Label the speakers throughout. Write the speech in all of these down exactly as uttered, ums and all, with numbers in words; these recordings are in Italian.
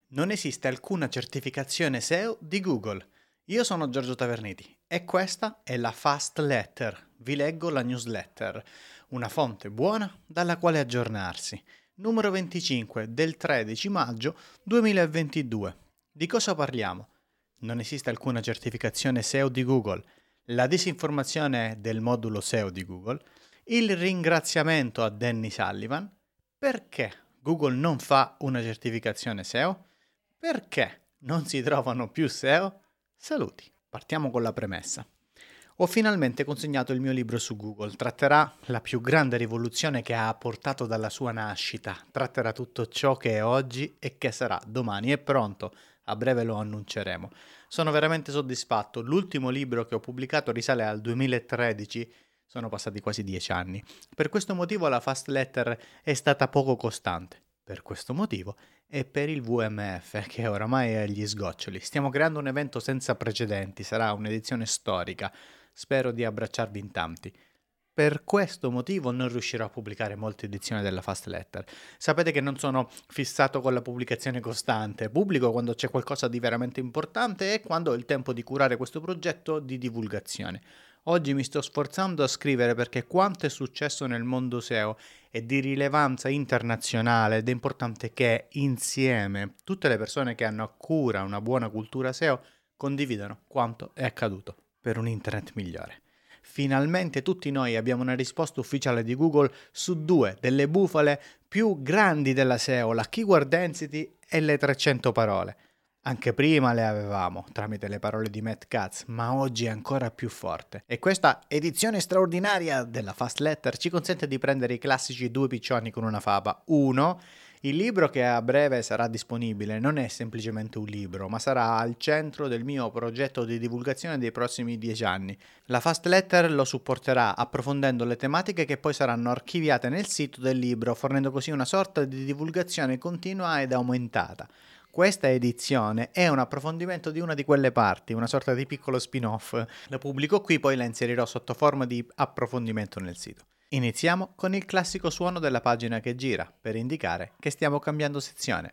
Speaker 1: Non esiste alcuna certificazione S E O di Google. Io sono Giorgio Taverniti e questa è la Fast Letter. Vi leggo la newsletter, una fonte buona dalla quale aggiornarsi. Numero venticinque del tredici maggio duemilaventidue. Di cosa parliamo? Non esiste alcuna certificazione S E O di Google. La disinformazione del modulo S E O di Google. Il ringraziamento a Danny Sullivan. Perché Google non fa una certificazione S E O? Perché non si trovano più S E O? Saluti, partiamo con la premessa. Ho finalmente consegnato il mio libro su Google, tratterà la più grande rivoluzione che ha portato dalla sua nascita, tratterà tutto ciò che è oggi e che sarà domani, è pronto, a breve lo annunceremo. Sono veramente soddisfatto, l'ultimo libro che ho pubblicato risale al duemilatredici, sono passati quasi dieci anni. Per questo motivo la Fast Letter è stata poco costante. Per questo motivo e per il V M F che oramai è agli sgoccioli. Stiamo creando un evento senza precedenti, sarà un'edizione storica. Spero di abbracciarvi in tanti. Per questo motivo non riuscirò a pubblicare molte edizioni della Fast Letter. Sapete che non sono fissato con la pubblicazione costante, pubblico quando c'è qualcosa di veramente importante e quando ho il tempo di curare questo progetto di divulgazione. Oggi mi sto sforzando a scrivere perché quanto è successo nel mondo S E O è di rilevanza internazionale ed è importante che insieme tutte le persone che hanno a cura una buona cultura S E O condividano quanto è accaduto per un internet migliore. Finalmente tutti noi abbiamo una risposta ufficiale di Google su due delle bufale più grandi della S E O, la keyword density e le trecento parole. Anche prima le avevamo, tramite le parole di Matt Cutts, ma oggi è ancora più forte. E questa edizione straordinaria della Fast Letter ci consente di prendere i classici due piccioni con una fava. Uno, il libro che a breve sarà disponibile non è semplicemente un libro, ma sarà al centro del mio progetto di divulgazione dei prossimi dieci anni. La Fast Letter lo supporterà approfondendo le tematiche che poi saranno archiviate nel sito del libro, fornendo così una sorta di divulgazione continua ed aumentata. Questa edizione è un approfondimento di una di quelle parti, una sorta di piccolo spin-off. La pubblico qui, poi la inserirò sotto forma di approfondimento nel sito. Iniziamo con il classico suono della pagina che gira, per indicare che stiamo cambiando sezione.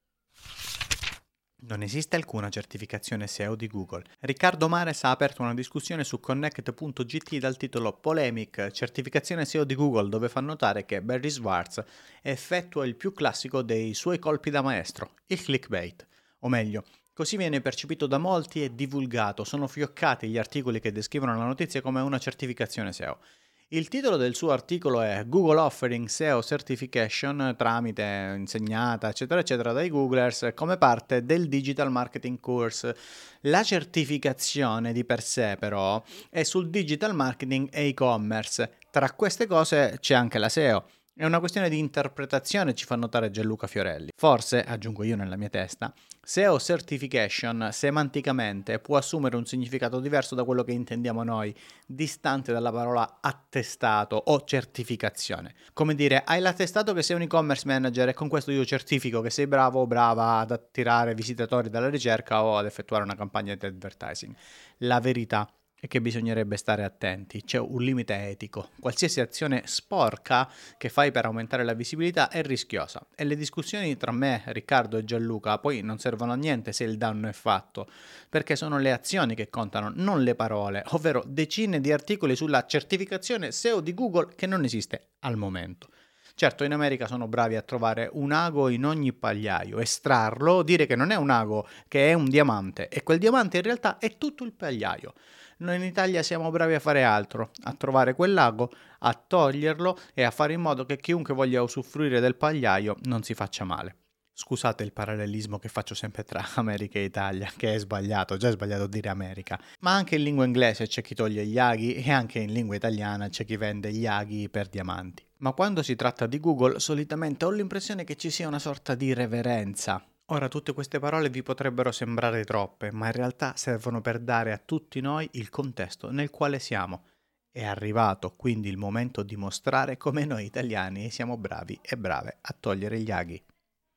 Speaker 1: Non esiste alcuna certificazione S E O di Google. Riccardo Mares ha aperto una discussione su Connect punto G T dal titolo Polemic, certificazione S E O di Google, dove fa notare che Barry Schwartz effettua il più classico dei suoi colpi da maestro, il clickbait. O meglio, così viene percepito da molti e divulgato, sono fioccati gli articoli che descrivono la notizia come una certificazione S E O. Il titolo del suo articolo è Google Offering S E O Certification tramite insegnata eccetera eccetera dai Googlers come parte del Digital Marketing Course. La certificazione di per sé però è sul Digital Marketing e e-commerce. Tra queste cose c'è anche la S E O. È una questione di interpretazione, ci fa notare Gianluca Fiorelli. Forse, aggiungo io nella mia testa, S E O Certification semanticamente può assumere un significato diverso da quello che intendiamo noi, distante dalla parola attestato o certificazione. Come dire, hai l'attestato che sei un e-commerce manager e con questo io certifico che sei bravo o brava ad attirare visitatori dalla ricerca o ad effettuare una campagna di advertising. La verità è che bisognerebbe stare attenti, c'è un limite etico. Qualsiasi azione sporca che fai per aumentare la visibilità è rischiosa e le discussioni tra me, Riccardo e Gianluca poi non servono a niente se il danno è fatto, perché sono le azioni che contano, non le parole, ovvero decine di articoli sulla certificazione S E O di Google che non esiste al momento. Certo, in America sono bravi a trovare un ago in ogni pagliaio, estrarlo, dire che non è un ago, che è un diamante, e quel diamante in realtà è tutto il pagliaio. Noi in Italia siamo bravi a fare altro, a trovare quell'ago, a toglierlo e a fare in modo che chiunque voglia usufruire del pagliaio non si faccia male. Scusate il parallelismo che faccio sempre tra America e Italia, che è sbagliato, già è sbagliato dire America. Ma anche in lingua inglese c'è chi toglie gli aghi e anche in lingua italiana c'è chi vende gli aghi per diamanti. Ma quando si tratta di Google, solitamente ho l'impressione che ci sia una sorta di reverenza. Ora, tutte queste parole vi potrebbero sembrare troppe, ma in realtà servono per dare a tutti noi il contesto nel quale siamo. È arrivato quindi il momento di mostrare come noi italiani siamo bravi e brave a togliere gli aghi.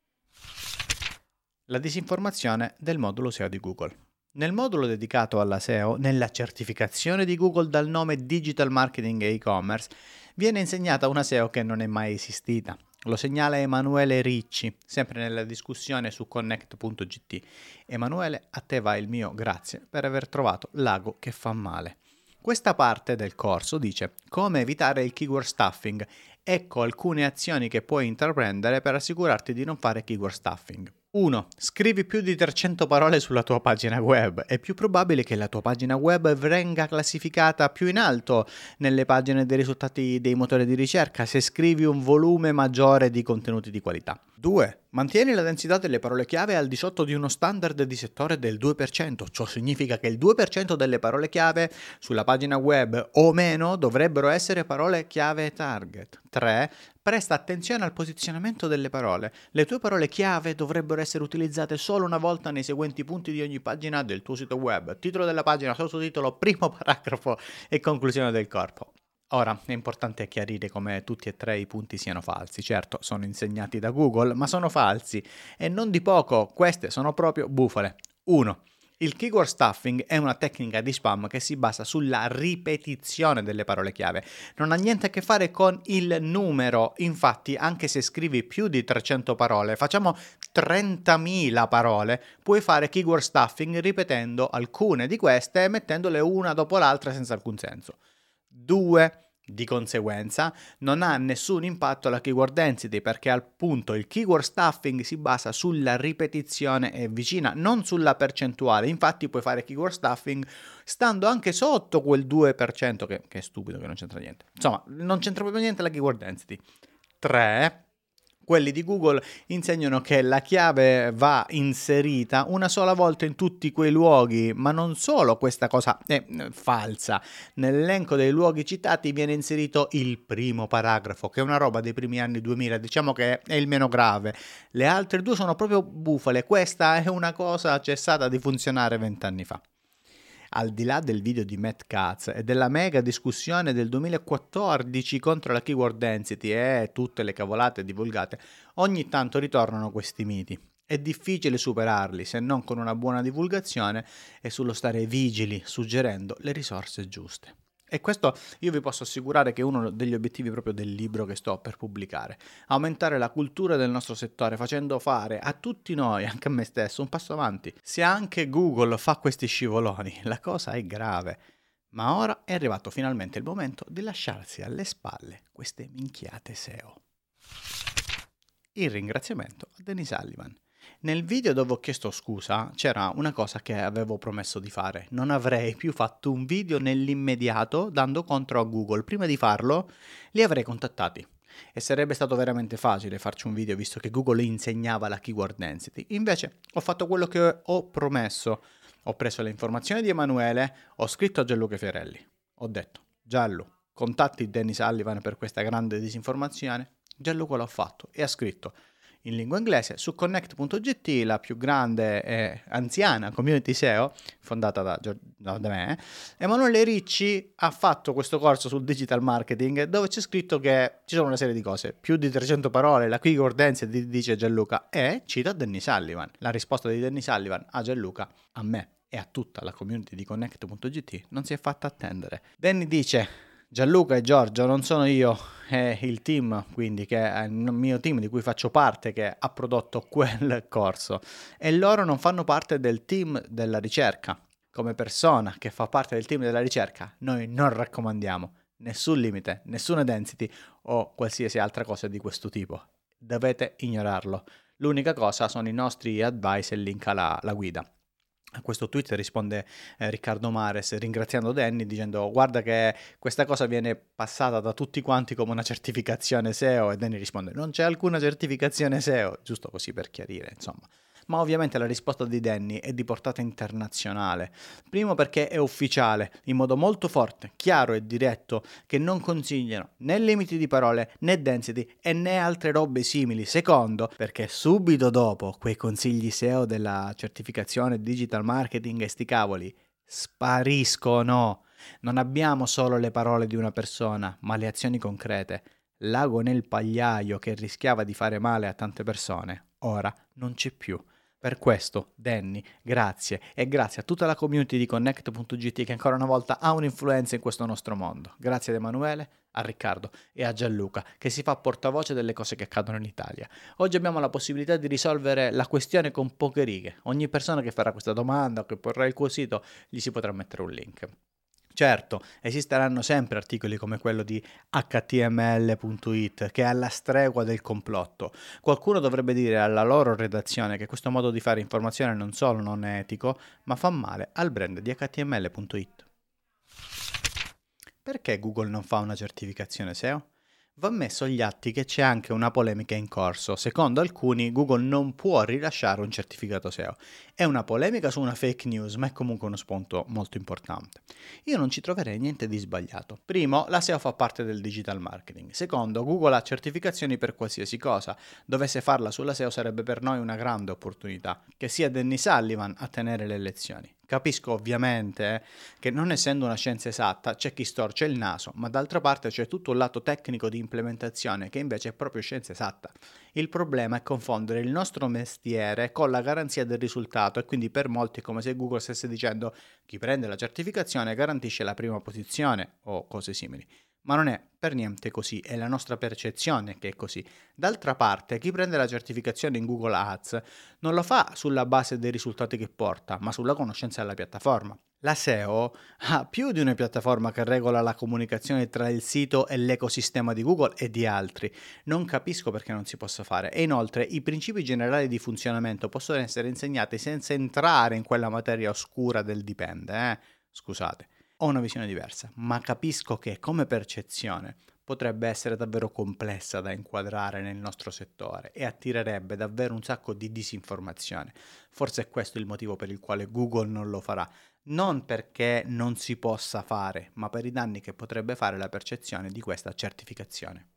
Speaker 1: La disinformazione del modulo S E O di Google. Nel modulo dedicato alla S E O, nella certificazione di Google dal nome Digital Marketing e e-commerce, viene insegnata una S E O che non è mai esistita. Lo segnala Emanuele Ricci, sempre nella discussione su connect punto g t. Emanuele, a te va il mio grazie per aver trovato l'ago che fa male. Questa parte del corso dice come evitare il keyword stuffing. Ecco alcune azioni che puoi intraprendere per assicurarti di non fare keyword stuffing. uno. Scrivi più di trecento parole sulla tua pagina web. È più probabile che la tua pagina web venga classificata più in alto nelle pagine dei risultati dei motori di ricerca se scrivi un volume maggiore di contenuti di qualità. due. Mantieni la densità delle parole chiave al di sotto di uno standard di settore del due per cento. Ciò significa che il due per cento delle parole chiave sulla pagina web o meno dovrebbero essere parole chiave target. tre. Presta attenzione al posizionamento delle parole. Le tue parole chiave dovrebbero essere utilizzate solo una volta nei seguenti punti di ogni pagina del tuo sito web. Titolo della pagina, sottotitolo, primo paragrafo e conclusione del corpo. Ora, è importante chiarire come tutti e tre i punti siano falsi. Certo, sono insegnati da Google, ma sono falsi. E non di poco, queste sono proprio bufale. uno. Il keyword stuffing è una tecnica di spam che si basa sulla ripetizione delle parole chiave. Non ha niente a che fare con il numero. Infatti, anche se scrivi più di trecento parole, facciamo trentamila parole, puoi fare keyword stuffing ripetendo alcune di queste e mettendole una dopo l'altra senza alcun senso. due. Di conseguenza non ha nessun impatto la keyword density perché appunto il keyword stuffing si basa sulla ripetizione e vicina, non sulla percentuale. Infatti puoi fare keyword stuffing stando anche sotto quel due per cento che, che è stupido, che non c'entra niente. Insomma, non c'entra proprio niente la keyword density. tre. Quelli di Google insegnano che la chiave va inserita una sola volta in tutti quei luoghi, ma non solo, questa cosa è falsa. Nell'elenco dei luoghi citati viene inserito il primo paragrafo, che è una roba dei primi anni duemila, diciamo che è il meno grave. Le altre due sono proprio bufale, questa è una cosa cessata di funzionare vent'anni fa. Al di là del video di Matt Cutts e della mega discussione del duemilaquattordici contro la keyword density e tutte le cavolate divulgate, ogni tanto ritornano questi miti. È difficile superarli se non con una buona divulgazione e sullo stare vigili, suggerendo le risorse giuste. E questo io vi posso assicurare che è uno degli obiettivi proprio del libro che sto per pubblicare. Aumentare la cultura del nostro settore facendo fare a tutti noi, anche a me stesso, un passo avanti. Se anche Google fa questi scivoloni, la cosa è grave. Ma ora è arrivato finalmente il momento di lasciarsi alle spalle queste minchiate S E O. Il ringraziamento a Danny Sullivan. Nel video dove ho chiesto scusa c'era una cosa che avevo promesso di fare. Non avrei più fatto un video nell'immediato dando contro a Google. Prima di farlo li avrei contattati. E sarebbe stato veramente facile farci un video visto che Google insegnava la keyword density. Invece ho fatto quello che ho promesso. Ho preso le informazioni di Emanuele, ho scritto a Gianluca Fiorelli. Ho detto, Gianlu, contatti Danny Sullivan per questa grande disinformazione. Gianluca l'ha fatto e ha scritto in lingua inglese su connect punto g t, la più grande e anziana community S E O fondata da, da, da me. Emanuele Ricci ha fatto questo corso sul digital marketing dove c'è scritto che ci sono una serie di cose, più di trecento parole, la keyword density, dice Gianluca, e cita Danny Sullivan. La risposta di Danny Sullivan a Gianluca, a me e a tutta la community di connect punto g t non si è fatta attendere. Danny dice: Gianluca e Giorgio, non sono io, è il team, quindi che è il mio team di cui faccio parte, che ha prodotto quel corso, e loro non fanno parte del team della ricerca. Come persona che fa parte del team della ricerca, noi non raccomandiamo nessun limite, nessuna density o qualsiasi altra cosa di questo tipo. Dovete ignorarlo. L'unica cosa sono i nostri advice e link alla, alla guida. A questo tweet risponde eh, Riccardo Mares ringraziando Danny dicendo guarda che questa cosa viene passata da tutti quanti come una certificazione S E O, e Danny risponde non c'è alcuna certificazione S E O, giusto così per chiarire, insomma. Ma ovviamente la risposta di Danny è di portata internazionale. Primo perché è ufficiale, in modo molto forte, chiaro e diretto, che non consigliano né limiti di parole, né density e né altre robe simili. Secondo, perché subito dopo quei consigli S E O della certificazione digital marketing e sti cavoli spariscono. Non abbiamo solo le parole di una persona, ma le azioni concrete. L'ago nel pagliaio che rischiava di fare male a tante persone, ora non c'è più. Per questo, Danny, grazie, e grazie a tutta la community di connect punto g t che ancora una volta ha un'influenza in questo nostro mondo. Grazie ad Emanuele, a Riccardo e a Gianluca, che si fa portavoce delle cose che accadono in Italia. Oggi abbiamo la possibilità di risolvere la questione con poche righe. Ogni persona che farà questa domanda o che porrà il quesito, gli si potrà mettere un link. Certo, esisteranno sempre articoli come quello di H T M L punto it che è alla stregua del complotto. Qualcuno dovrebbe dire alla loro redazione che questo modo di fare informazione non solo non è etico, ma fa male al brand di H T M L punto it. Perché Google non fa una certificazione S E O? Va messo agli atti che c'è anche una polemica in corso. Secondo alcuni, Google non può rilasciare un certificato S E O. È una polemica su una fake news, ma è comunque uno spunto molto importante. Io non ci troverei niente di sbagliato. Primo, la S E O fa parte del digital marketing. Secondo, Google ha certificazioni per qualsiasi cosa. Dovesse farla sulla S E O sarebbe per noi una grande opportunità. Che sia Danny Sullivan a tenere le lezioni. Capisco ovviamente eh, che non essendo una scienza esatta c'è chi storce il naso, ma d'altra parte c'è tutto un lato tecnico di implementazione che invece è proprio scienza esatta. Il problema è confondere il nostro mestiere con la garanzia del risultato e quindi per molti è come se Google stesse dicendo chi prende la certificazione garantisce la prima posizione o cose simili. Ma non è per niente così, è la nostra percezione che è così. D'altra parte, chi prende la certificazione in Google Ads non lo fa sulla base dei risultati che porta, ma sulla conoscenza della piattaforma. La S E O ha più di una piattaforma che regola la comunicazione tra il sito e l'ecosistema di Google e di altri. Non capisco perché non si possa fare. E inoltre i principi generali di funzionamento possono essere insegnati senza entrare in quella materia oscura del dipende, eh? Scusate. Ho una visione diversa, ma capisco che come percezione potrebbe essere davvero complessa da inquadrare nel nostro settore e attirerebbe davvero un sacco di disinformazione. Forse è questo il motivo per il quale Google non lo farà, non perché non si possa fare, ma per i danni che potrebbe fare la percezione di questa certificazione.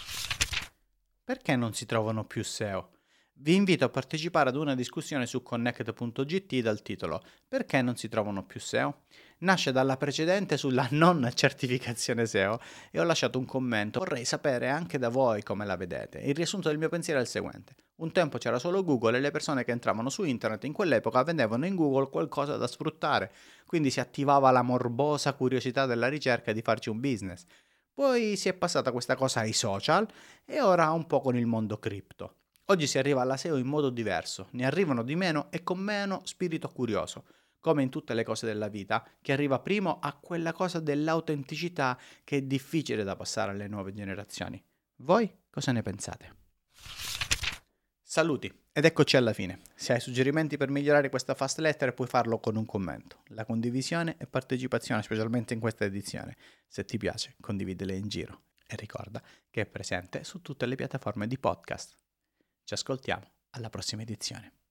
Speaker 1: Perché non si trovano più S E O? Vi invito a partecipare ad una discussione su Connect punto g t dal titolo Perché non si trovano più S E O? Nasce dalla precedente sulla non certificazione S E O e ho lasciato un commento. Vorrei sapere anche da voi come la vedete. Il riassunto del mio pensiero è il seguente. Un tempo c'era solo Google e le persone che entravano su internet in quell'epoca vedevano in Google qualcosa da sfruttare, quindi si attivava la morbosa curiosità della ricerca di farci un business. Poi si è passata questa cosa ai social e ora un po' con il mondo cripto. Oggi si arriva alla S E O in modo diverso, ne arrivano di meno e con meno spirito curioso, come in tutte le cose della vita, che arriva primo a quella cosa dell'autenticità che è difficile da passare alle nuove generazioni. Voi cosa ne pensate? Saluti, ed eccoci alla fine. Se hai suggerimenti per migliorare questa fast letter puoi farlo con un commento. La condivisione e partecipazione, specialmente in questa edizione. Se ti piace, condividila in giro. E ricorda che è presente su tutte le piattaforme di podcast. Ci ascoltiamo alla prossima edizione.